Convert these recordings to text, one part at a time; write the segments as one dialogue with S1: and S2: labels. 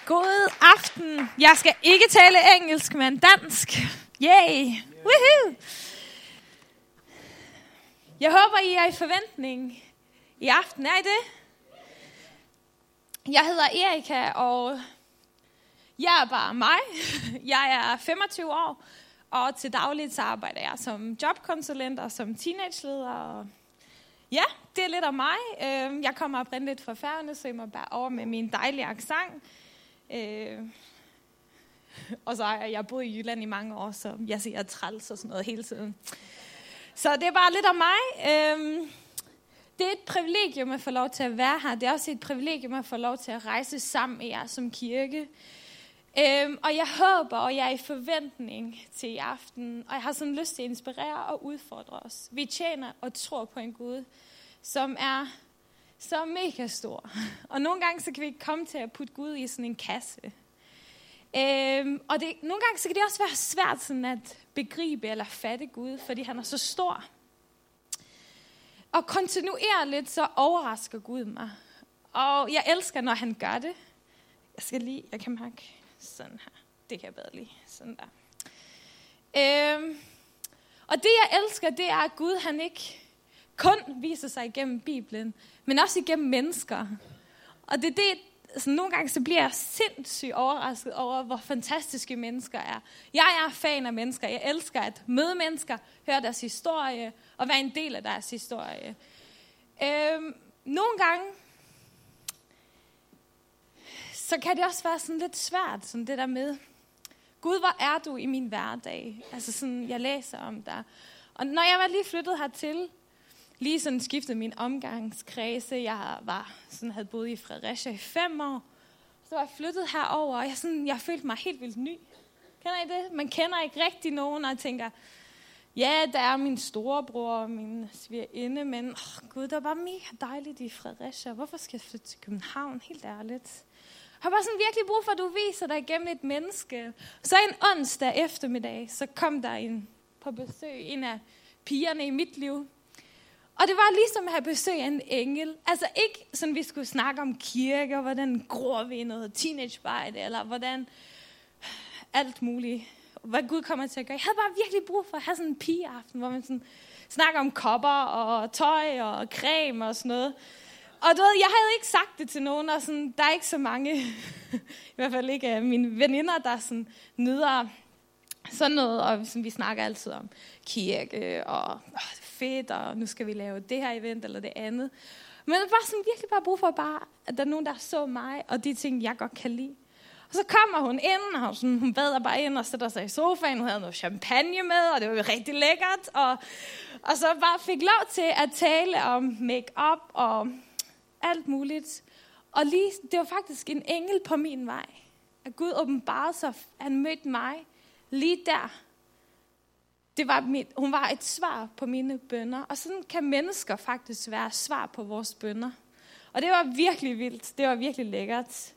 S1: God aften. Jeg skal ikke tale engelsk, men dansk. Yay! Woohoo! Jeg håber, I er i forventning i aften. Er I det? Jeg hedder Erika, og jeg er bare mig. Jeg er 25 år, og til dagligt så arbejder jeg som jobkonsulent og som teenageleder. Og ja, det er lidt om mig. Jeg kommer oprindeligt fra Færøerne, så I må bare over med min dejlige accent. Og så har jeg boet i Jylland i mange år, så jeg siger træls og sådan noget hele tiden. Så det er bare lidt om mig. Det er et privilegium at få lov til at være her. Det er også et privilegium at få lov til at rejse sammen med jer som kirke. Og jeg håber, og jeg er i forventning til i aften, og jeg har sådan lyst til at inspirere og udfordre os. Vi tjener og tror på en Gud, som er så mega stor. Og nogle gange så kan vi ikke komme til at putte Gud i sådan en kasse. Og nogle gange så kan det også være svært sådan at begribe eller fatte Gud, fordi han er så stor. Og kontinuerligt så overrasker Gud mig. Og jeg elsker, når han gør det. Jeg kan mærke sådan her. Det kan jeg bedre lige. Sådan der. Og det jeg elsker, det er, at Gud han ikke kun viser sig igennem Bibelen, men også igennem mennesker. Og det er det, altså nogle gange så bliver jeg sindssygt overrasket over, hvor fantastiske mennesker er. Jeg er fan af mennesker. Jeg elsker at møde mennesker, høre deres historie og være en del af deres historie. Nogle gange så kan det også være sådan lidt svært, sådan det der med, Gud, hvor er du i min hverdag? Altså sådan, jeg læser om dig. Og når jeg var lige flyttet hertil, lige sådan skiftede min omgangskredse, jeg havde boet i Fredericia i 5 år, så var jeg flyttet herover, og jeg følte mig helt vildt ny. Kender I det? Man kender ikke rigtig nogen, og jeg tænker, ja, der er min storebror og min svigerinde, men Gud, der var mega dejligt i Fredericia. Hvorfor skal jeg flytte til København? Helt ærligt. Jeg har bare sådan virkelig brug for, at du viser dig igennem et menneske. Så en onsdag eftermiddag, så kom der på besøg en af pigerne i mit liv. Og det var ligesom at have besøg af en engel. Altså ikke sådan, vi skulle snakke om kirke, og hvordan gror vi noget teenagearbejde, eller hvordan alt muligt, hvad Gud kommer til at gøre. Jeg havde bare virkelig brug for at have sådan en pigeaften, hvor man sådan snakker om kopper og tøj og creme og sådan noget. Og du ved, jeg havde ikke sagt det til nogen, og sådan, der er ikke så mange, i hvert fald ikke af mine veninder, der sådan nyder sådan noget, og sådan, vi snakker altid om kirke, og det er fedt, og nu skal vi lave det her event, eller det andet. Men det var sådan virkelig bare brug for, at der er nogen, der så mig, og de ting, jeg godt kan lide. Og så kommer hun ind, og hun bader bare ind og sætter sig i sofaen. Hun havde noget champagne med, og det var rigtig lækkert. Og så bare fik lov til at tale om make-up og alt muligt. Og det var faktisk en engel på min vej. At Gud åbenbarede sig, han mødte mig lige der. Hun var et svar på mine bønner. Og sådan kan mennesker faktisk være svar på vores bønner. Og det var virkelig vildt. Det var virkelig lækkert.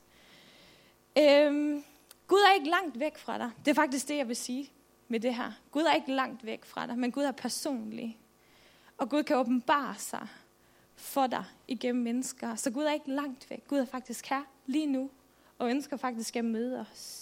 S1: Gud er ikke langt væk fra dig. Det er faktisk det, jeg vil sige med det her. Gud er ikke langt væk fra dig, men Gud er personlig. Og Gud kan åbenbare sig for dig igennem mennesker. Så Gud er ikke langt væk. Gud er faktisk her lige nu, og ønsker faktisk at møde os.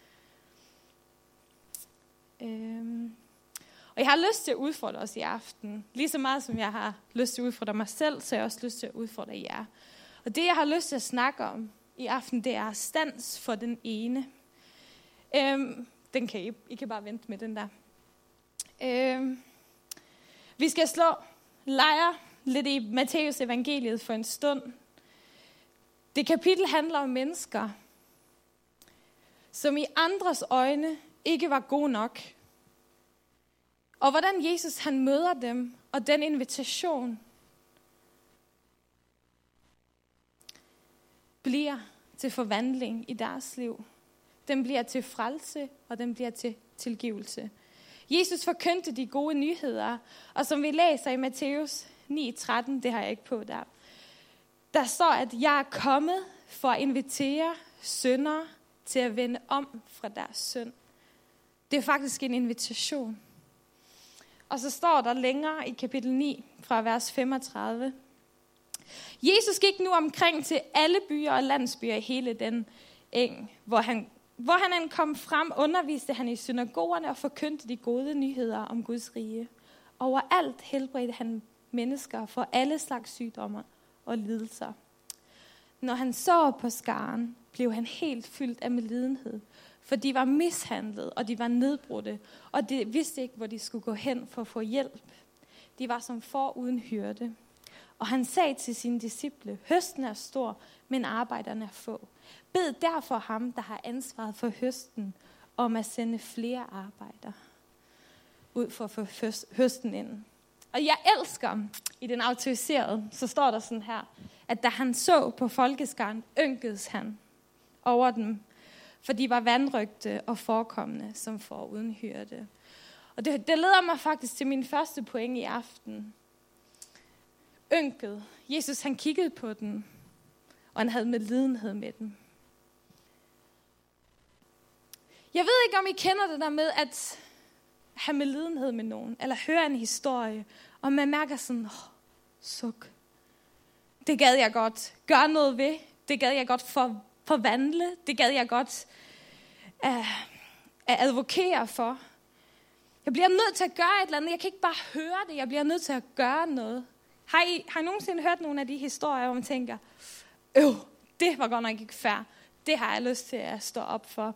S1: Og jeg har lyst til at udfordre os i aften. Lige så meget som jeg har lyst til at udfordre mig selv, så har jeg også lyst til at udfordre jer. Og det jeg har lyst til at snakke om i aften, det er stands for den ene. Den kan I kan bare vente med den der. Vi skal slå lejr lidt i Matteus evangeliet for en stund. Det kapitel handler om mennesker, som i andres øjne ikke var gode nok. Og hvordan Jesus han møder dem, og den invitation bliver til forvandling i deres liv. Den bliver til frelse, og den bliver til tilgivelse. Jesus forkyndte de gode nyheder, og som vi læser i Matteus 9:13, det har jeg ikke på der står, at jeg er kommet for at invitere syndere til at vende om fra deres synd. Det er faktisk en invitation. Og så står der længere i kapitel 9 fra vers 35. Jesus gik nu omkring til alle byer og landsbyer i hele den eng, hvor han kom frem, underviste han i synagogerne og forkyndte de gode nyheder om Guds rige. Overalt helbredte han mennesker for alle slags sygdomme og lidelser. Når han så på skaren, blev han helt fyldt af medlidenhed, for de var mishandlet, og de var nedbrudte, og de vidste ikke, hvor de skulle gå hen for at få hjælp. De var som får uden hyrde. Og han sagde til sine disciple, høsten er stor, men arbejderne er få. Bed derfor ham, der har ansvaret for høsten, om at sende flere arbejder ud for at få høsten ind. Og jeg elsker, i den autoriserede, så står der sådan her, at da han så på folkeskaren, ynkedes han over dem, for de var vanrøgte og forekommende, som får uden hyrde. Og det leder mig faktisk til min første point i aften. Ynket. Jesus, han kiggede på den, og han havde medlidenhed med den. Jeg ved ikke, om I kender det der med at have medlidenhed med nogen, eller høre en historie, og man mærker sådan, suk. Det gad jeg godt gøre noget ved. Det gad jeg godt forvandle. Det gad jeg godt at advokere for. Jeg bliver nødt til at gøre et eller andet. Jeg kan ikke bare høre det. Jeg bliver nødt til at gøre noget. Har I nogensinde hørt nogle af de historier, hvor man tænker, det var godt nok ikke fair. Det har jeg lyst til at stå op for.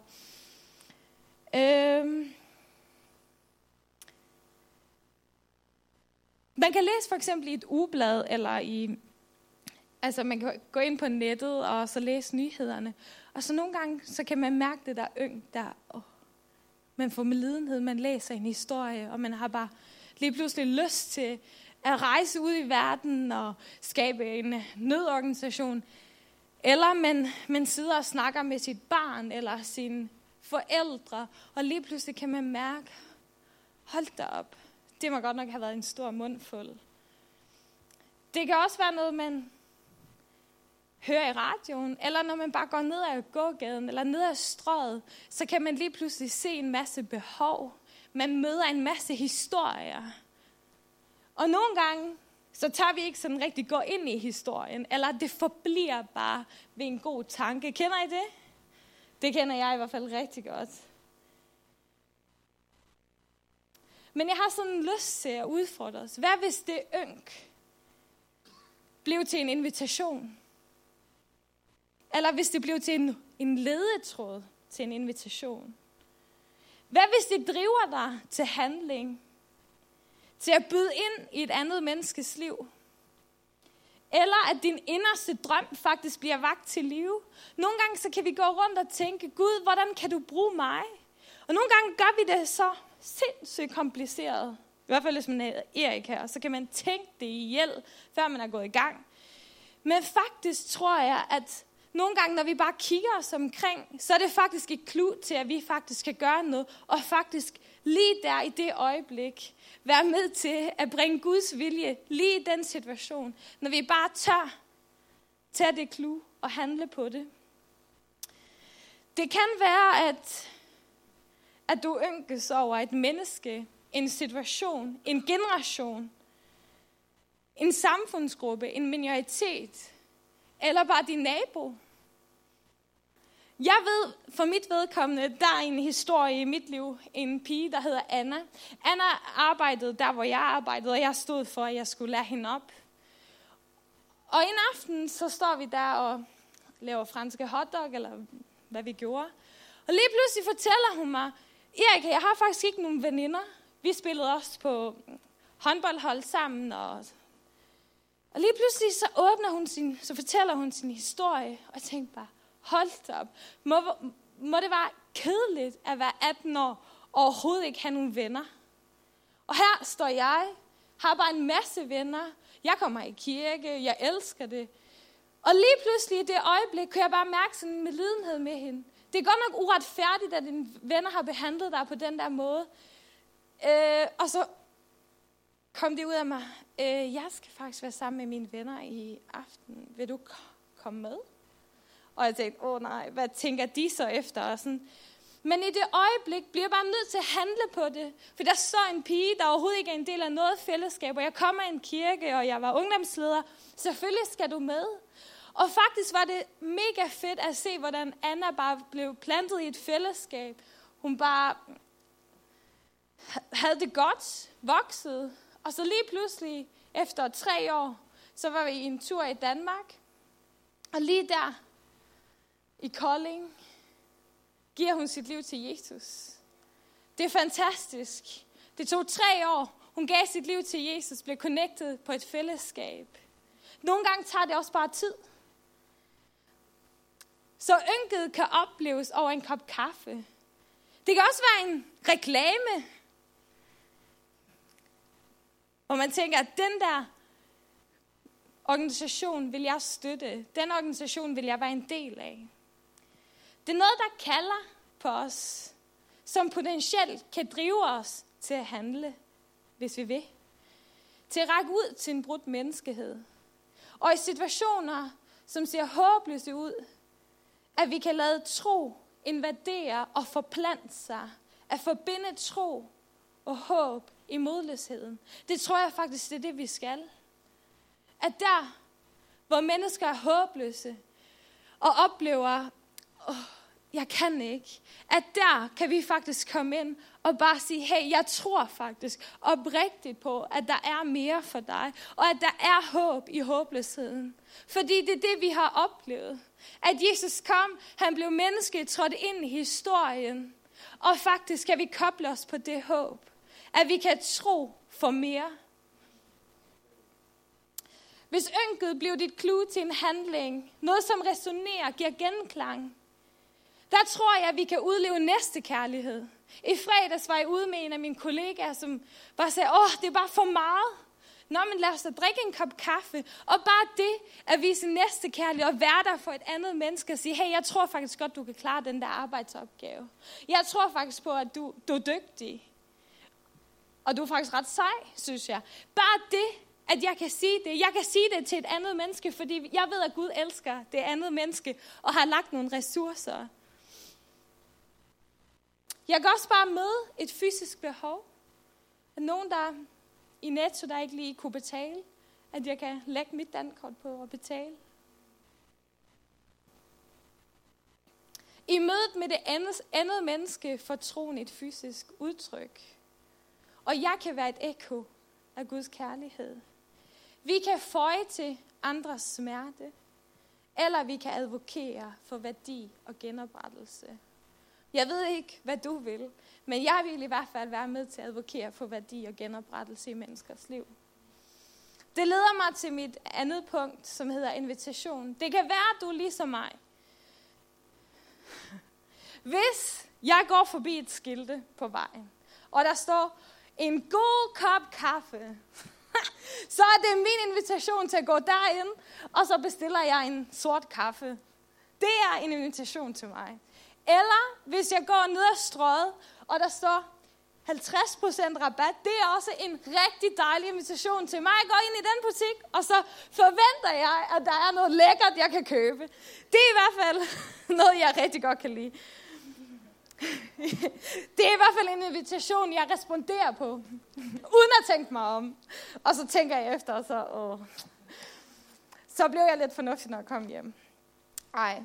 S1: Man kan læse for eksempel i et ugeblad, eller man kan gå ind på nettet og så læse nyhederne. Og så nogle gange, så kan man mærke det der man får medlidenhed, man læser en historie, og man har bare lige pludselig lyst til at rejse ud i verden og skabe en nødorganisation. Eller man sidder og snakker med sit barn eller sine forældre, og lige pludselig kan man mærke, hold da op, det må godt nok have været en stor mundfuld. Det kan også være noget, man hører i radioen, eller når man bare går ned ad gågaden, eller ned ad strøget, så kan man lige pludselig se en masse behov. Man møder en masse historier. Og nogle gange, så tager vi ikke sådan rigtig gå ind i historien, eller det forbliver bare ved en god tanke. Kender I det? Det kender jeg i hvert fald rigtig godt. Men jeg har sådan lyst til at udfordre os. Hvad hvis det ynk blev til en invitation? Eller hvis det blev til en ledetråd til en invitation? Hvad hvis det driver dig til handling? Til at byde ind i et andet menneskes liv? Eller at din inderste drøm faktisk bliver vakt til live? Nogle gange så kan vi gå rundt og tænke, Gud, hvordan kan du bruge mig? Og nogle gange gør vi det så sindssygt kompliceret. I hvert fald hvis man er Erik her, så kan man tænke det ihjel, før man er gået i gang. Men faktisk tror jeg, at nogle gange, når vi bare kigger os omkring, så er det faktisk et clue til, at vi faktisk kan gøre noget, og faktisk lige der i det øjeblik, være med til at bringe Guds vilje lige i den situation, når vi bare tør tage det clue og handle på det. Det kan være, at du ynkes over et menneske, en situation, en generation, en samfundsgruppe, en minoritet, eller bare din nabo. Jeg ved, for mit vedkommende, der er en historie i mit liv, en pige, der hedder Anna. Anna arbejdede der, hvor jeg arbejdede, og jeg stod for, at jeg skulle lære hende op. Og en aften, så står vi der og laver franske hotdog, eller hvad vi gjorde. Og lige pludselig fortæller hun mig, Erik, jeg har faktisk ikke nogen veninder. Vi spillede også på håndboldhold sammen, og lige pludselig så fortæller hun sin historie, og jeg tænkte bare, hold op. Må det være kedeligt at være 18 år og overhovedet ikke have nogen venner? Og her står jeg, har bare en masse venner. Jeg kommer i kirke, jeg elsker det. Og lige pludselig i det øjeblik, kunne jeg bare mærke sådan en medlidenhed med hende. Det er godt nok uretfærdigt, at dine venner har behandlet dig på den der måde. Og så kom det ud af mig. Jeg skal faktisk være sammen med mine venner i aften. Vil du komme med? Og jeg tænkte, nej, hvad tænker de så efter? Og sådan. Men i det øjeblik bliver jeg bare nødt til at handle på det. For der så en pige, der overhovedet ikke er en del af noget fællesskab. Og jeg kommer i en kirke, og jeg var ungdomsleder. Selvfølgelig skal du med. Og faktisk var det mega fedt at se, hvordan Anna bare blev plantet i et fællesskab. Hun bare havde det godt, voksede. Og så lige pludselig, efter 3 år, så var vi i en tur i Danmark. Og lige der, i Kolding, giver hun sit liv til Jesus. Det er fantastisk. Det tog 3 år. Hun gav sit liv til Jesus, blev connected på et fællesskab. Nogle gange tager det også bare tid. Så ynket kan opleves over en kop kaffe. Det kan også være en reklame, hvor man tænker, at den der organisation vil jeg støtte. Den organisation vil jeg være en del af. Det er noget, der kalder på os, som potentielt kan drive os til at handle, hvis vi vil. Til at række ud til en brudt menneskehed. Og i situationer, som ser håbløse ud, at vi kan lade tro invadere og forplante sig. At forbinde tro og håb i modløsheden. Det tror jeg faktisk, det er det, vi skal. At der, hvor mennesker er håbløse og oplever, jeg kan ikke. At der kan vi faktisk komme ind og bare sige, hey, jeg tror faktisk oprigtigt på, at der er mere for dig. Og at der er håb i håbløsheden. Fordi det er det, vi har oplevet. At Jesus kom, han blev menneske, trådte ind i historien. Og faktisk kan vi koble os på det håb. At vi kan tro for mere. Hvis ynket blev dit clue til en handling, noget som resonerer, giver genklang, der tror jeg, at vi kan udleve næstekærlighed. I fredags var jeg ude med en af mine kollegaer, som bare sagde, det er bare for meget. Nå, men lad os da drikke en kop kaffe. Og bare det at vise næstekærlighed og være der for et andet menneske og sige, hey, jeg tror faktisk godt, du kan klare den der arbejdsopgave. Jeg tror faktisk på, at du er dygtig. Og du er faktisk ret sej, synes jeg. Bare det, at jeg kan sige det. Jeg kan sige det til et andet menneske, fordi jeg ved, at Gud elsker det andet menneske og har lagt nogle ressourcer. Jeg kan også bare møde et fysisk behov. At nogen, der i Netto, der ikke lige kunne betale, at jeg kan lægge mit dankort på og betale. I mødet med det andet menneske får troen et fysisk udtryk. Og jeg kan være et ekko af Guds kærlighed. Vi kan føje til andres smerte, eller vi kan advokere for værdi og genoprettelse. Jeg ved ikke, hvad du vil, men jeg vil i hvert fald være med til at advokere for værdi og genoprettelse i menneskers liv. Det leder mig til mit andet punkt, som hedder invitation. Det kan være, at du er ligesom mig. Hvis jeg går forbi et skilte på vejen, og der står en god kop kaffe, så er det min invitation til at gå derind, og så bestiller jeg en sort kaffe. Det er en invitation til mig. Eller hvis jeg går ned ad strøget, og der står 50% rabat, det er også en rigtig dejlig invitation til mig. Jeg går ind i den butik, og så forventer jeg, at der er noget lækkert, jeg kan købe. Det er i hvert fald noget, jeg rigtig godt kan lide. Det er i hvert fald en invitation, jeg responderer på, uden at tænke mig om. Og så tænker jeg efter, og så blev jeg lidt fornuftig, når jeg kom hjem. Ej.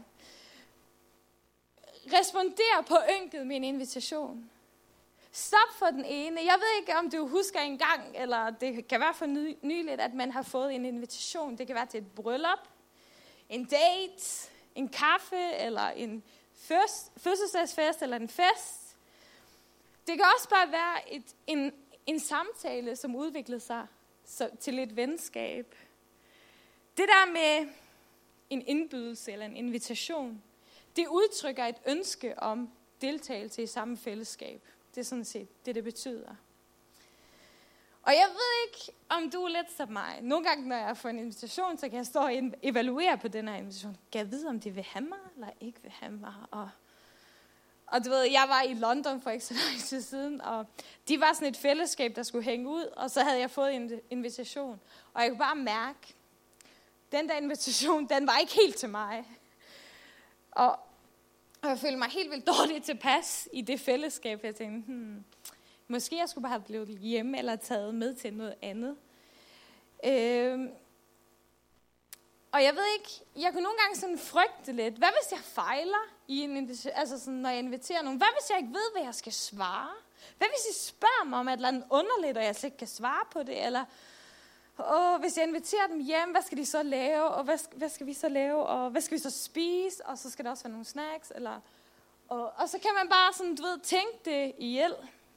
S1: Responder på ynket med en invitation. Stop for den ene. Jeg ved ikke, om du husker en gang, eller det kan være for nyligt, at man har fået en invitation. Det kan være til et bryllup, en date, en kaffe, eller en fødselsdagsfest, eller en fest. Det kan også bare være en samtale, som udvikler sig til et venskab. Det der med en indbydelse eller en invitation, det udtrykker et ønske om deltagelse i samme fællesskab. Det er sådan set det betyder. Og jeg ved ikke, om du er lidt som mig. Nogle gange, når jeg får en invitation, så kan jeg stå og evaluere på den her invitation. Kan jeg vide, om de vil have mig, eller ikke vil have mig? Og du ved, jeg var i London for ikke så lang tid siden, og de var sådan et fællesskab, der skulle hænge ud, og så havde jeg fået en invitation. Og jeg kunne bare mærke, den der invitation, den var ikke helt til mig. Og jeg følte mig helt vildt dårligt tilpas i det fællesskab. Jeg tænkte, måske jeg skulle bare have blevet hjemme eller taget med til noget andet. Og jeg ved ikke, jeg kunne nogle gange sådan frygte lidt. Hvad hvis jeg fejler i altså sådan, når jeg inviterer nogen? Hvad hvis jeg ikke ved, hvad jeg skal svare? Hvad hvis I spørger mig om et eller andet underligt, og jeg slet ikke kan svare på det? Eller hvis jeg inviterer dem hjem, hvad skal de så lave? Og hvad skal vi så lave? Og hvad skal vi så spise? Og så skal der også være nogle snacks. Og så kan man bare sådan, tænke det ihjel.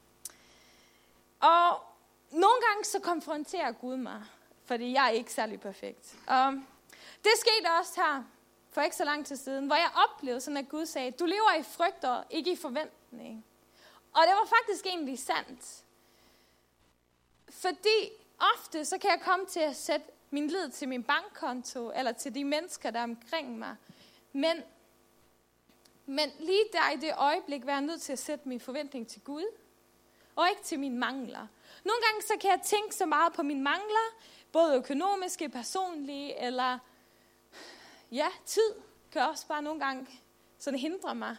S1: Og nogle gange så konfronterer Gud mig, fordi jeg er ikke særlig perfekt. Det skete også her for ikke så lang tid siden, hvor jeg oplevede sådan, at Gud sagde, du lever i frygt og ikke i forventning. Og det var faktisk egentlig sandt. Fordi ofte så kan jeg komme til at sætte min lid til min bankkonto, eller til de mennesker, der er omkring mig. Men lige der i det øjeblik, være jeg nødt til at sætte min forventning til Gud, og ikke til mine mangler. Nogle gange så kan jeg tænke så meget på mine mangler, både økonomiske, personlige, eller tid kan også bare nogle gange sådan hindre mig.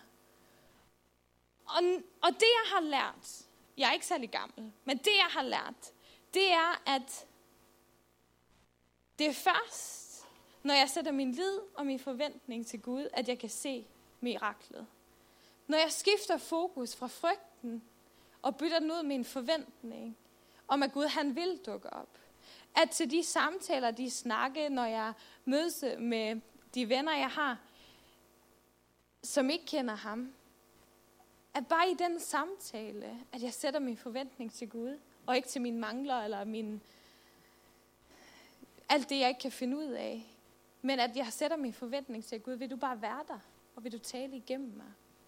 S1: Og det jeg har lært, jeg er ikke særlig gammel, men det jeg har lært, det er, at det er først, når jeg sætter min lid og min forventning til Gud, at jeg kan se miraklet. Når jeg skifter fokus fra frygten og bytter den ud med en forventning om, at Gud han vil dukke op. At til de samtaler, de snakke, når jeg mødes med de venner, jeg har, som ikke kender ham, at bare i den samtale, at jeg sætter min forventning til Gud, og ikke til mine mangler, eller alt det, jeg ikke kan finde ud af. Men at jeg sætter min forventning til Gud, vil du bare være der, og vil du tale igennem mig.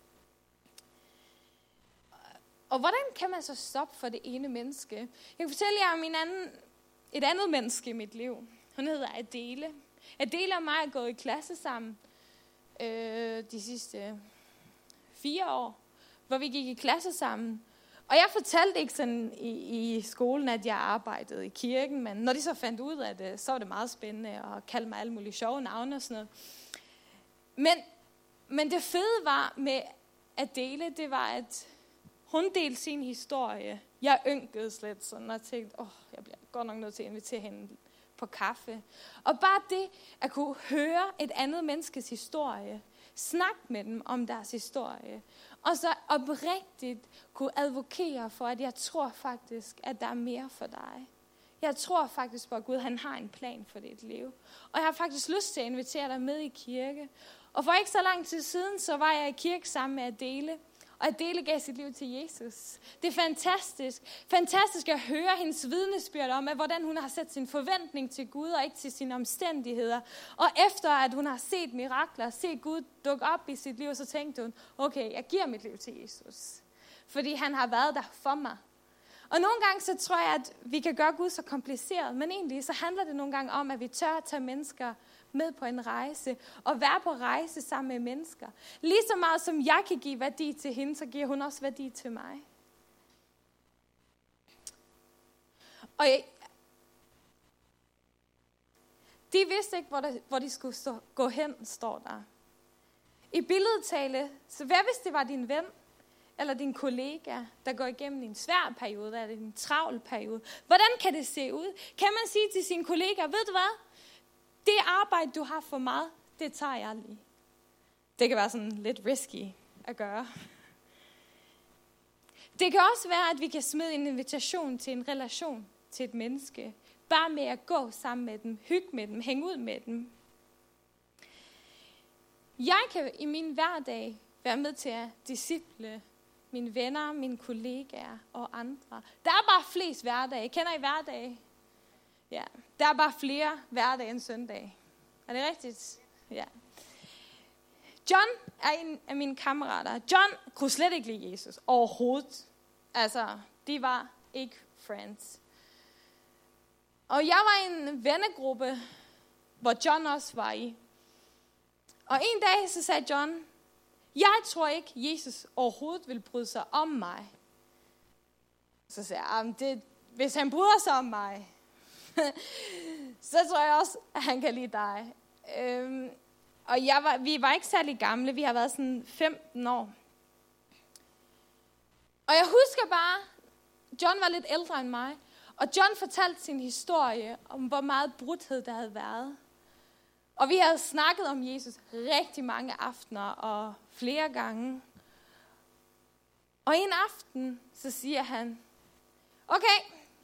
S1: Og hvordan kan man så stoppe for det ene menneske? Jeg kan fortælle jer om et andet menneske i mit liv. Hun hedder Adele. Adele og mig er gået i klasse sammen de sidste 4 år, hvor vi gik i klasse sammen. Og jeg fortalte ikke sådan i skolen, at jeg arbejdede i kirken, men når de så fandt ud af det, så var det meget spændende og kaldte mig alle mulige sjove navne og sådan noget. Men det fede var med Adele, det var, at hun delte sin historie. Jeg ynkede slet sådan og tænkte, jeg bliver godt nok nødt til at invitere hende på kaffe. Og bare det at kunne høre et andet menneskes historie, snakke med dem om deres historie, og så oprigtigt kunne advokere for, at jeg tror faktisk, at der er mere for dig. Jeg tror faktisk på, at Gud han har en plan for dit liv. Og jeg har faktisk lyst til at invitere dig med i kirke. Og for ikke så lang tid siden, så var jeg i kirke sammen med Adele. Og Adele gav sit liv til Jesus. Det er fantastisk. Fantastisk at høre hendes vidnesbyrd om, at hvordan hun har sat sin forventning til Gud, og ikke til sine omstændigheder. Og efter at hun har set mirakler, set Gud dukke op i sit liv, så tænkte hun, okay, jeg giver mit liv til Jesus. Fordi han har været der for mig. Og nogle gange så tror jeg, at vi kan gøre Gud så kompliceret, men egentlig så handler det nogle gange om, at vi tør at tage mennesker med på en rejse, og være på rejse sammen med mennesker. Lige så meget som jeg kan give værdi til hende, så giver hun også værdi til mig. Og de vidste ikke, hvor de skulle gå hen, står der. I billedtale, så hvad hvis det var din ven, eller din kollega, der går igennem en svær periode, eller en travl periode? Hvordan kan det se ud? Kan man sige til sin kollega, ved du hvad? Det arbejde, du har for meget, det tager jeg lige. Det kan være sådan lidt risky at gøre. Det kan også være, at vi kan smide en invitation til en relation til et menneske. Bare med at gå sammen med dem, hygge med dem, hænge ud med dem. Jeg kan i min hverdag være med til at disciple mine venner, mine kollegaer og andre. Der er bare flest hverdage. Kender I hverdage? Ja, der er bare flere hverdage end søndag. Er det rigtigt? Ja. John er en af mine kammerater. John kunne slet ikke lide Jesus overhovedet. Altså, de var ikke friends. Og jeg var i en vennegruppe, hvor John også var i. Og en dag så sagde John, jeg tror ikke, Jesus overhovedet vil bryde sig om mig. Så sagde jeg, hvis han bryder sig om mig, så tror jeg også, at han kan lide dig. Og vi var ikke særlig gamle. Vi har været sådan 15 år. Og jeg husker bare, John var lidt ældre end mig. Og John fortalte sin historie om, hvor meget brudhed der havde været. Og vi har snakket om Jesus rigtig mange aftener og flere gange. Og en aften, så siger han, okay,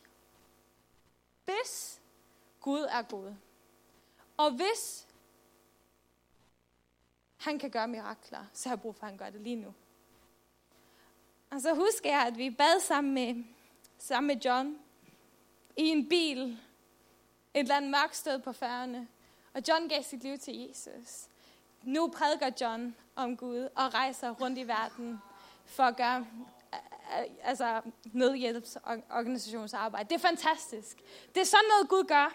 S1: hvis Gud er god, og hvis han kan gøre mirakler, så har jeg brug for, at han gør det lige nu. Og så husker jeg, at vi bad sammen med John i en bil, et eller andet mørkt sted på Færøerne. Og John gav sit liv til Jesus. Nu prædiker John om Gud og rejser rundt i verden for at gøre nødhjælpsorganisationsarbejde. Det er fantastisk. Det er sådan noget, Gud gør.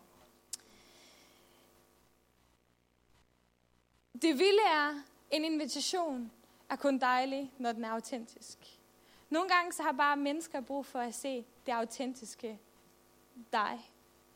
S1: Det vilde er, en invitation er kun dejlig, når den er autentisk. Nogle gange så har bare mennesker brug for at se det autentiske dig.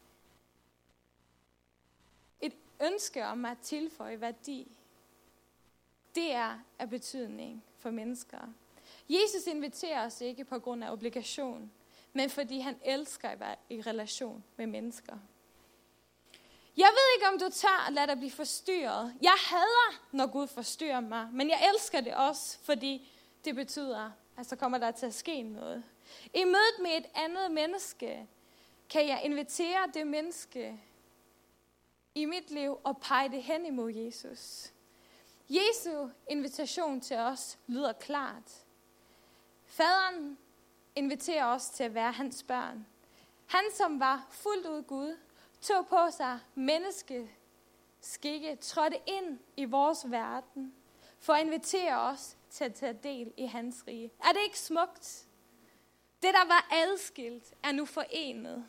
S1: Et ønske om at tilføje værdi, det er af betydning for mennesker. Jesus inviterer os ikke på grund af obligation, men fordi han elsker at være i relation med mennesker. Jeg ved ikke, om du tør at lade dig blive forstyrret. Jeg hader, når Gud forstyrrer mig, men jeg elsker det også, fordi det betyder, at så kommer der til at ske noget. I mødet med et andet menneske, kan jeg invitere det menneske i mit liv og pege det hen imod Jesus. Jesu invitation til os lyder klart. Faderen inviterer os til at være hans børn. Han, som var fuldt ud Gud, tog på sig menneskeskikke, trådte ind i vores verden, for at invitere os til at tage del i hans rige. Er det ikke smukt? Det, der var adskilt, er nu forenet.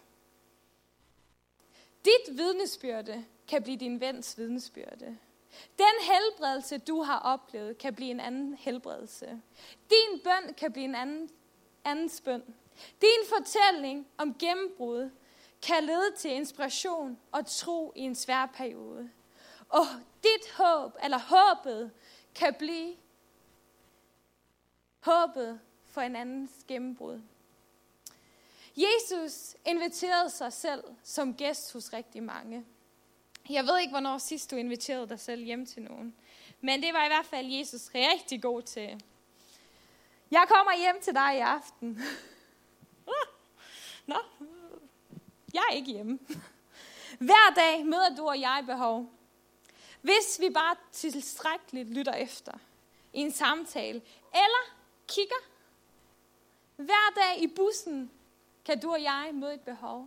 S1: Dit vidnesbyrde kan blive din vens vidnesbyrde. Den helbredelse, du har oplevet, kan blive en anden helbredelse. Din bøn kan blive en andens bøn. Din fortælling om gennembrud kan lede til inspiration og tro i en svær periode. Og dit håb, eller håbet, kan blive håbet for en andens gennembrud. Jesus inviterede sig selv som gæst hos rigtig mange. Jeg ved ikke, hvornår sidst du inviterede dig selv hjem til nogen. Men det var i hvert fald Jesus rigtig god til. Jeg kommer hjem til dig i aften. Nå, jeg er ikke hjemme. Hver dag møder du og jeg behov. Hvis vi bare tilstrækkeligt lytter efter i en samtale, eller kigger. Hver dag i bussen kan du og jeg møde et behov.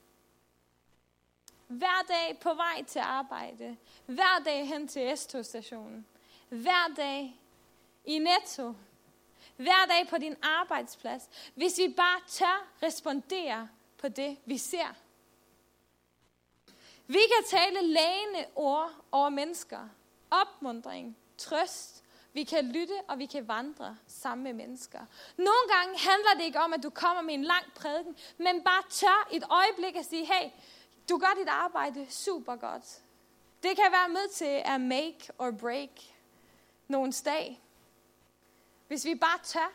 S1: Hver dag på vej til arbejde. Hver dag hen til S-togstationen. Hver dag i Netto. Hver dag på din arbejdsplads. Hvis vi bare tør respondere på det, vi ser. Vi kan tale lægende ord over mennesker. Opmuntring, trøst. Vi kan lytte, og vi kan vandre sammen med mennesker. Nogle gange handler det ikke om, at du kommer med en lang prædiken, men bare tør et øjeblik at sige, hey, du gør dit arbejde super godt. Det kan være med til at make or break nogens dag. Hvis vi bare tør.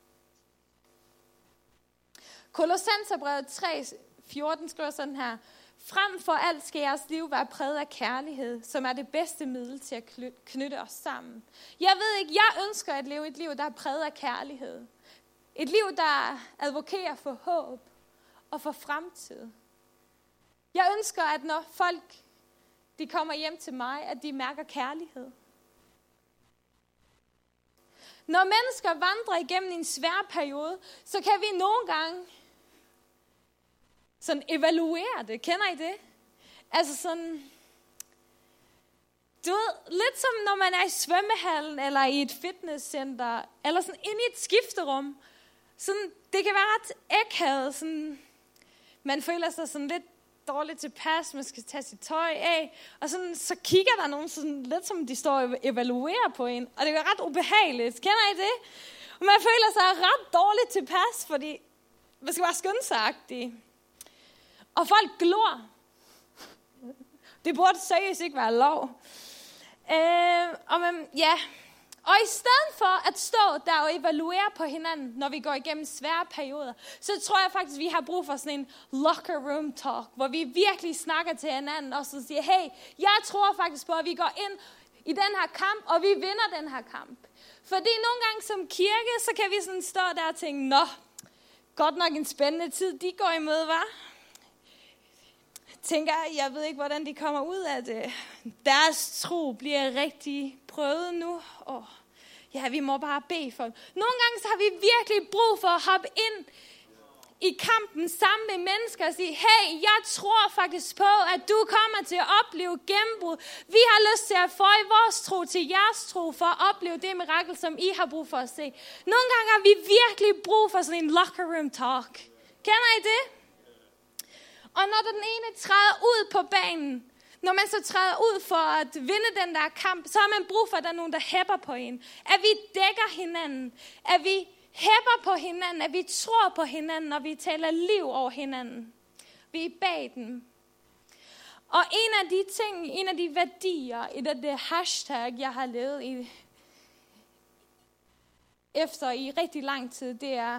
S1: Kolossenserbrevet 3:14 skriver sådan her. Frem for alt skal jeres liv være præget af kærlighed, som er det bedste middel til at knytte os sammen. Jeg ved ikke, jeg ønsker at leve et liv, der er præget af kærlighed. Et liv, der advokerer for håb og for fremtid. Jeg ønsker, at når folk de kommer hjem til mig, at de mærker kærlighed. Når mennesker vandrer igennem en svær periode, så kan vi nogle gange sådan evaluere det. Kender I det? Altså sådan, du ved, lidt som når man er i svømmehallen, eller i et fitnesscenter, eller sådan inde i et skifterum. Sådan, det kan være ret akavet. Sådan, man føler sig sådan lidt dårligt tilpas, man skal tage sit tøj af, og sådan, så kigger der nogen sådan lidt som de står og evaluerer på en, og det er ret ubehageligt. Kender I det? Og man føler sig ret dårligt tilpas, fordi man skal bare skynde sig-agtigt. Og folk glor. Det burde seriøst ikke være lov. Og i stedet for at stå der og evaluere på hinanden, når vi går igennem svære perioder, så tror jeg faktisk, vi har brug for sådan en locker room talk, hvor vi virkelig snakker til hinanden og så siger, hey, jeg tror faktisk på, at vi går ind i den her kamp, og vi vinder den her kamp. Fordi nogle gange som kirke, så kan vi sådan stå der og tænke, nå, godt nok en spændende tid, de går imod, hva'? Tænker, jeg ved ikke, hvordan de kommer ud af det. Deres tro bliver rigtig prøvet nu. Ja, vi må bare bede for dem. Nogle gange så har vi virkelig brug for at hoppe ind i kampen sammen med mennesker og sige, hey, jeg tror faktisk på, at du kommer til at opleve gennembrud. Vi har lyst til at føje vores tro til jeres tro, for at opleve det mirakel, som I har brug for at se. Nogle gange har vi virkelig brug for sådan en locker room talk. Kender I det? Og når den ene træder ud på banen, når man så træder ud for at vinde den der kamp, så har man brug for, at der er nogen, der hæpper på en. At vi dækker hinanden. At vi hæpper på hinanden. At vi tror på hinanden, og vi taler liv over hinanden. Vi er bag dem. Og en af de ting, en af de værdier i det hashtag, jeg har levet i efter i rigtig lang tid, det er,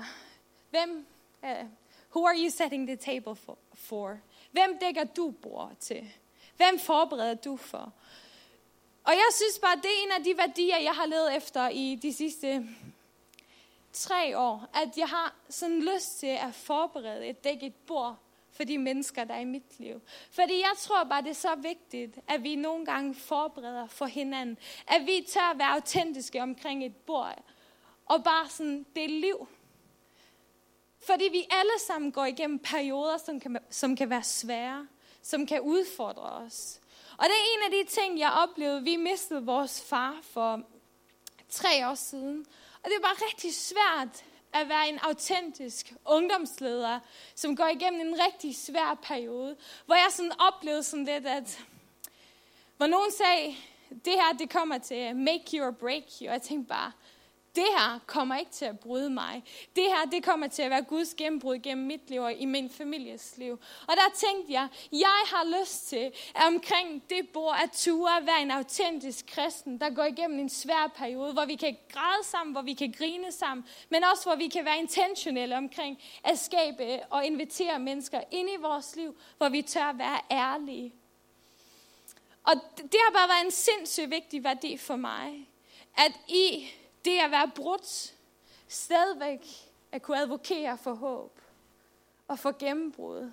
S1: who are you setting the table for? Hvem dækker du bord til? Hvem forbereder du for? Og jeg synes bare, det er en af de værdier, jeg har levet efter i de sidste 3 år. At jeg har sådan lyst til at forberede dække et bord for de mennesker, der er i mit liv. Fordi jeg tror bare, det er så vigtigt, at vi nogle gange forbereder for hinanden. At vi tør at være autentiske omkring et bord. Og bare sådan dele liv. Fordi vi alle sammen går igennem perioder, som kan være svære, som kan udfordre os. Og det er en af de ting, jeg oplevede. Vi mistede vores far for 3 år siden. Og det er bare rigtig svært at være en autentisk ungdomsleder, som går igennem en rigtig svær periode. Hvor jeg sådan oplevede sådan lidt, at hvor nogen sagde, det her det kommer til at make you or break you. Og jeg tænkte bare, det her kommer ikke til at bryde mig. Det her, det kommer til at være Guds gennembrud gennem mit liv og i min families liv. Og der tænkte jeg har lyst til, at omkring det bord at ture at være en autentisk kristen, der går igennem en svær periode, hvor vi kan græde sammen, hvor vi kan grine sammen, men også hvor vi kan være intentionelle omkring at skabe og invitere mennesker ind i vores liv, hvor vi tør at være ærlige. Og det har bare været en sindssygt vigtig værdi for mig, at i det at være brudt, stadigvæk at kunne advokere for håb og for gennembrud.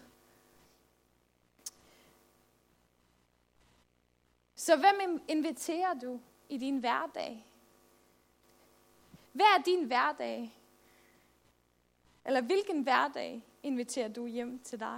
S1: Så hvem inviterer du i din hverdag? Hvad er din hverdag? Eller hvilken hverdag inviterer du hjem til dig?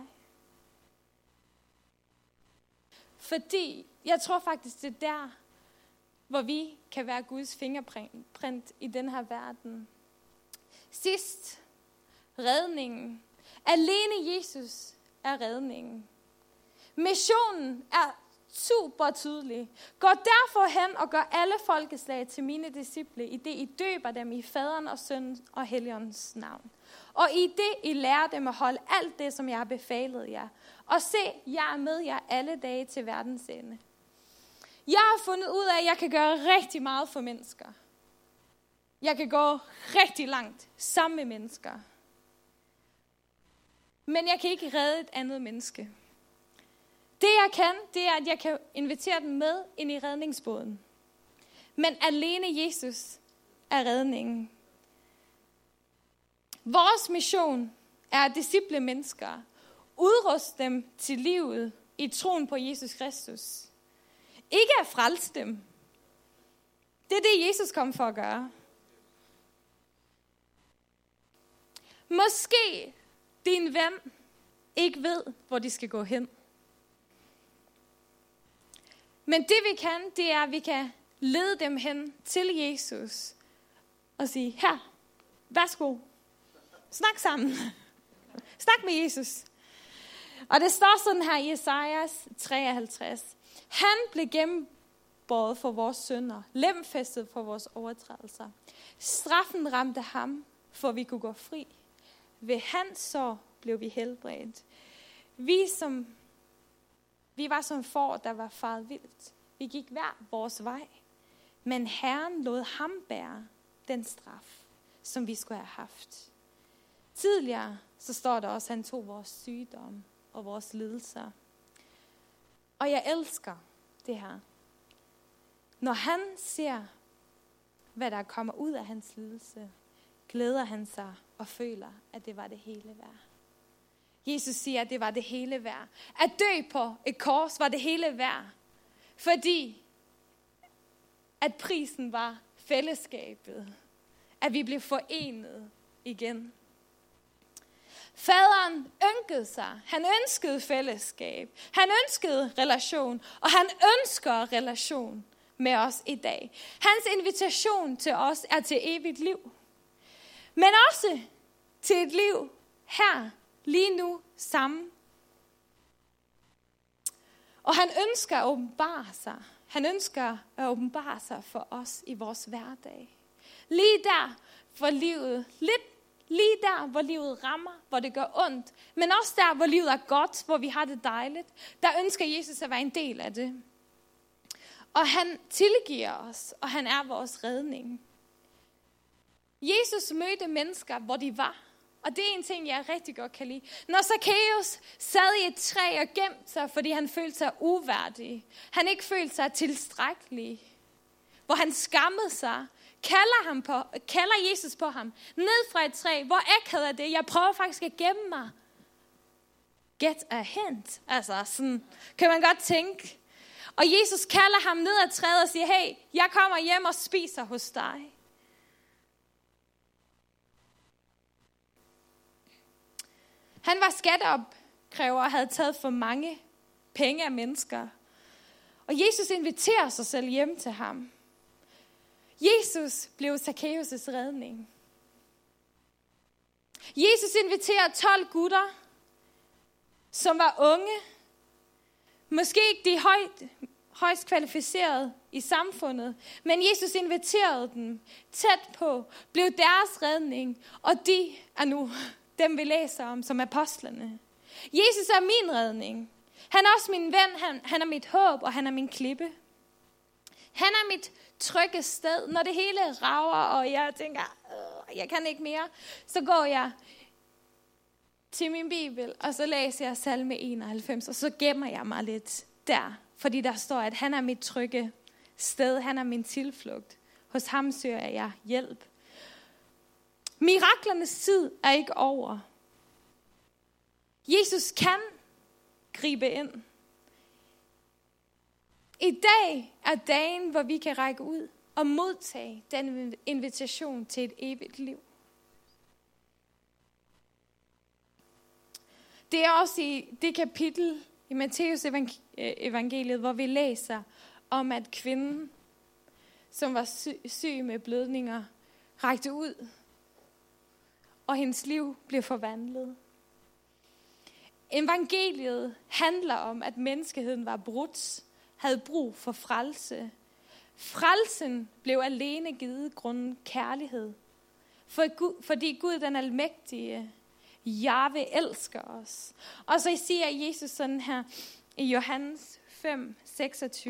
S1: Fordi jeg tror faktisk, det er der, hvor vi kan være Guds fingerprint i den her verden. Sidst, redningen. Alene Jesus er redningen. Missionen er super tydelig. Gå derfor hen og gør alle folkeslag til mine disciple, i det I døber dem i Faderen og Sønnen og Helligåndens navn. Og i det I lærer dem at holde alt det, som jeg har befalet jer. Og se, jeg er med jer alle dage til verdens ende. Jeg har fundet ud af, at jeg kan gøre rigtig meget for mennesker. Jeg kan gå rigtig langt sammen med mennesker. Men jeg kan ikke redde et andet menneske. Det jeg kan, det er, at jeg kan invitere dem med ind i redningsbåden. Men alene Jesus er redningen. Vores mission er at disciple mennesker. Udruste dem til livet i troen på Jesus Kristus. Ikke at frelse dem. Det er det, Jesus kom for at gøre. Måske din ven ikke ved, hvor de skal gå hen. Men det vi kan, det er, at vi kan lede dem hen til Jesus og sige, her, værsgo, snak sammen. Snak med Jesus. Og det står sådan her i Esajas 53. Han blev gennembåret for vores synder, lemfæstet for vores overtrædelser. Straffen ramte ham, for vi kunne gå fri. Ved hans sår blev vi helbredt. Vi var som får, der var faret vildt. Vi gik hver vores vej. Men Herren lod ham bære den straf, som vi skulle have haft. Tidligere, så står der også, at han tog vores sygdom og vores lidelser. Og jeg elsker det her. Når han ser, hvad der kommer ud af hans lidelse, glæder han sig og føler, at det var det hele værd. Jesus siger, at det var det hele værd. At dø på et kors var det hele værd. Fordi at prisen var fællesskabet. At vi blev forenet igen. Faderen ynkede sig. Han ønskede fællesskab. Han ønskede relation. Og han ønsker relation med os i dag. Hans invitation til os er til evigt liv. Men også til et liv her, lige nu, sammen. Og han ønsker at åbenbare sig. Han ønsker at åbenbare sig for os i vores hverdag. Lige der, hvor livet rammer, hvor det gør ondt. Men også der, hvor livet er godt, hvor vi har det dejligt. Der ønsker Jesus at være en del af det. Og han tilgiver os, og han er vores redning. Jesus mødte mennesker, hvor de var. Og det er en ting, jeg rigtig godt kan lide. Når Zacchaeus sad i et træ og gemte sig, fordi han følte sig uværdig. Han ikke følte sig tilstrækkelig. Hvor han skammede sig. Kalder Jesus på ham. Ned fra et træ. Hvor akavet er det? Jeg prøver faktisk at gemme mig. Get a hint. Altså sådan kan man godt tænke. Og Jesus kalder ham ned af træet og siger, hey, jeg kommer hjem og spiser hos dig. Han var skatteopkræver og havde taget for mange penge af mennesker. Og Jesus inviterer sig selv hjem til ham. Jesus blev Zacchaeus' redning. Jesus inviterer 12 gutter, som var unge. Måske ikke de højst kvalificerede i samfundet, men Jesus inviterede dem tæt på, blev deres redning, og de er nu dem, vi læser om som apostlene. Jesus er min redning. Han er også min ven, han er mit håb, og han er min klippe. Han er mit trygge sted. Når det hele rager, og jeg tænker, jeg kan ikke mere, så går jeg til min bibel, og så læser jeg salme 91, og så gemmer jeg mig lidt der, fordi der står, at han er mit trygge sted, han er min tilflugt. Hos ham søger jeg hjælp. Miraklernes tid er ikke over. Jesus kan gribe ind. I dag er dagen, hvor vi kan række ud og modtage den invitation til et evigt liv. Det er også i det kapitel i Matteus evangeliet, hvor vi læser om, at kvinden, som var syg med blødninger, rakte ud, og hendes liv blev forvandlet. Evangeliet handler om, at menneskeheden var brudt, havde brug for frelse. Frelsen blev alene givet grundet kærlighed. Fordi Gud, den almægtige, Jahve, elsker os. Og så siger Jesus sådan her i Johannes 5:26.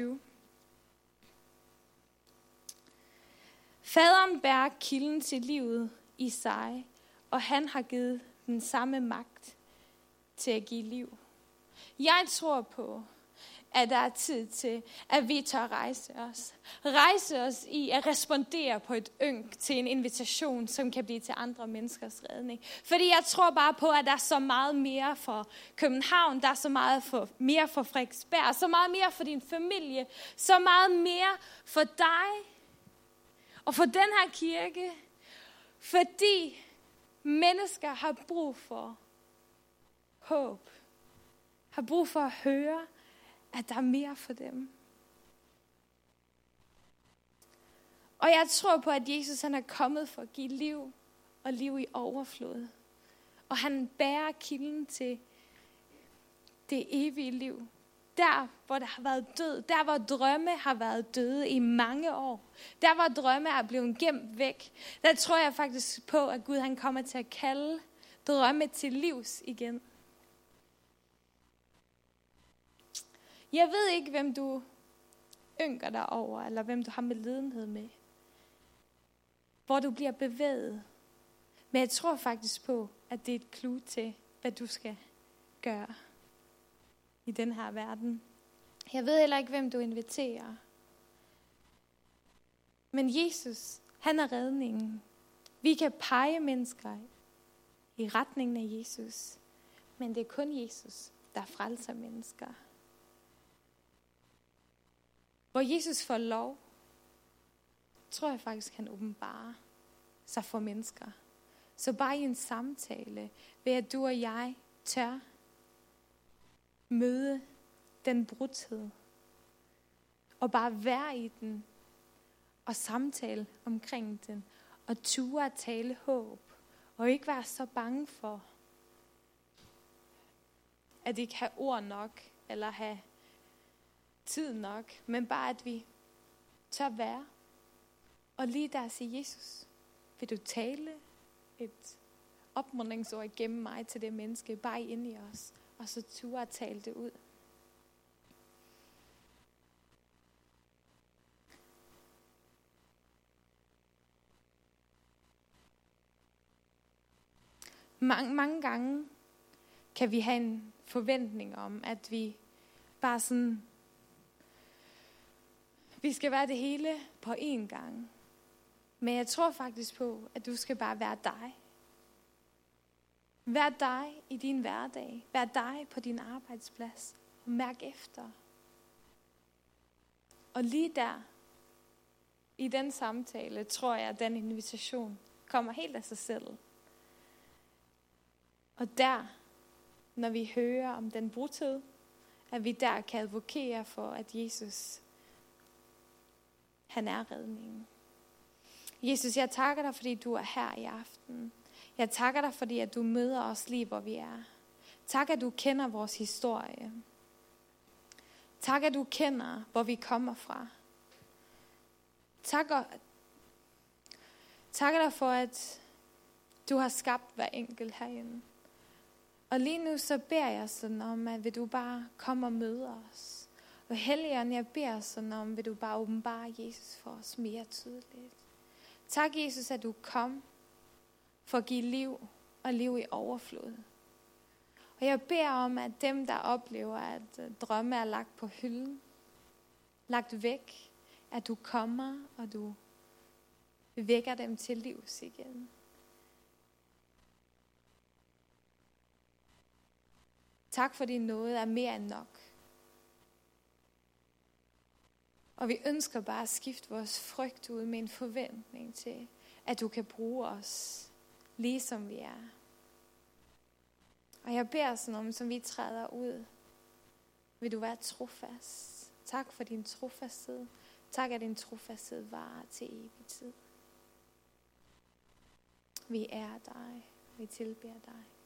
S1: Faderen bærer kilden til livet i sig, og han har givet den samme magt til at give liv. Jeg tror på, at der er tid til, at vi tør rejse os. Rejse os i at respondere på et ynk til en invitation, som kan blive til andre menneskers redning. Fordi jeg tror bare på, at der er så meget mere for København, der er så meget mere for Frederiksberg, så meget mere for din familie, så meget mere for dig og for den her kirke. Fordi mennesker har brug for håb. Har brug for at høre, at der er mere for dem. Og jeg tror på, at Jesus han er kommet for at give liv og liv i overflod. Og han bærer kilden til det evige liv. Der, hvor der har været død. Der, hvor drømme har været døde i mange år. Der, hvor drømme er blevet gemt væk. Der tror jeg faktisk på, at Gud han kommer til at kalde drømme til livs igen. Jeg ved ikke, hvem du ynker dig over, eller hvem du har medlidenhed med. Hvor du bliver bevæget. Men jeg tror faktisk på, at det er et clue til, hvad du skal gøre i den her verden. Jeg ved heller ikke, hvem du inviterer. Men Jesus, han er redningen. Vi kan pege mennesker i retningen af Jesus. Men det er kun Jesus, der frelser mennesker. Hvor Jesus får lov, tror jeg faktisk, han åbenbarer sig for mennesker. Så bare i en samtale, ved at du og jeg tør møde den brudhed, og bare være i den, og samtale omkring den, og ture at tale håb, og ikke være så bange for, at ikke have ord nok, eller have tid nok, men bare at vi tør være, og lige der sige, Jesus, vil du tale et opmuntringsord igennem mig til det menneske, bare inde i os, og så ture at tale det ud. Mange gange kan vi have en forventning om, at vi bare sådan, vi skal være det hele på én gang. Men jeg tror faktisk på, at du skal bare være dig. Vær dig i din hverdag. Vær dig på din arbejdsplads. Og mærk efter. Og lige der, i den samtale, tror jeg, at den invitation kommer helt af sig selv. Og der, når vi hører om den brudhed, at vi der kan advokere for, at Jesus, han er redningen. Jesus, jeg takker dig, fordi du er her i aften. Jeg takker dig, fordi at du møder os lige, hvor vi er. Tak, at du kender vores historie. Tak, at du kender, hvor vi kommer fra. Takker dig for, at du har skabt hver enkelt herinde. Og lige nu så beder jeg sådan om, at vil du bare komme og møde os. Og Helligånd, jeg beder sådan om, vil du bare åbenbare Jesus for os mere tydeligt. Tak, Jesus, at du kom for at give liv og liv i overflod. Og jeg beder om, at dem, der oplever, at drømme er lagt på hylden, lagt væk, at du kommer, og du vækker dem til livs igen. Tak for din nåde er mere end nok. Og vi ønsker bare at skifte vores frygt ud med en forventning til, at du kan bruge os, lige som vi er. Og jeg beder sådan om, som vi træder ud, vil du være trofast. Tak for din trofasthed. Tak, at din trofasthed varer til evig tid. Vi ærer dig. Vi tilbeder dig.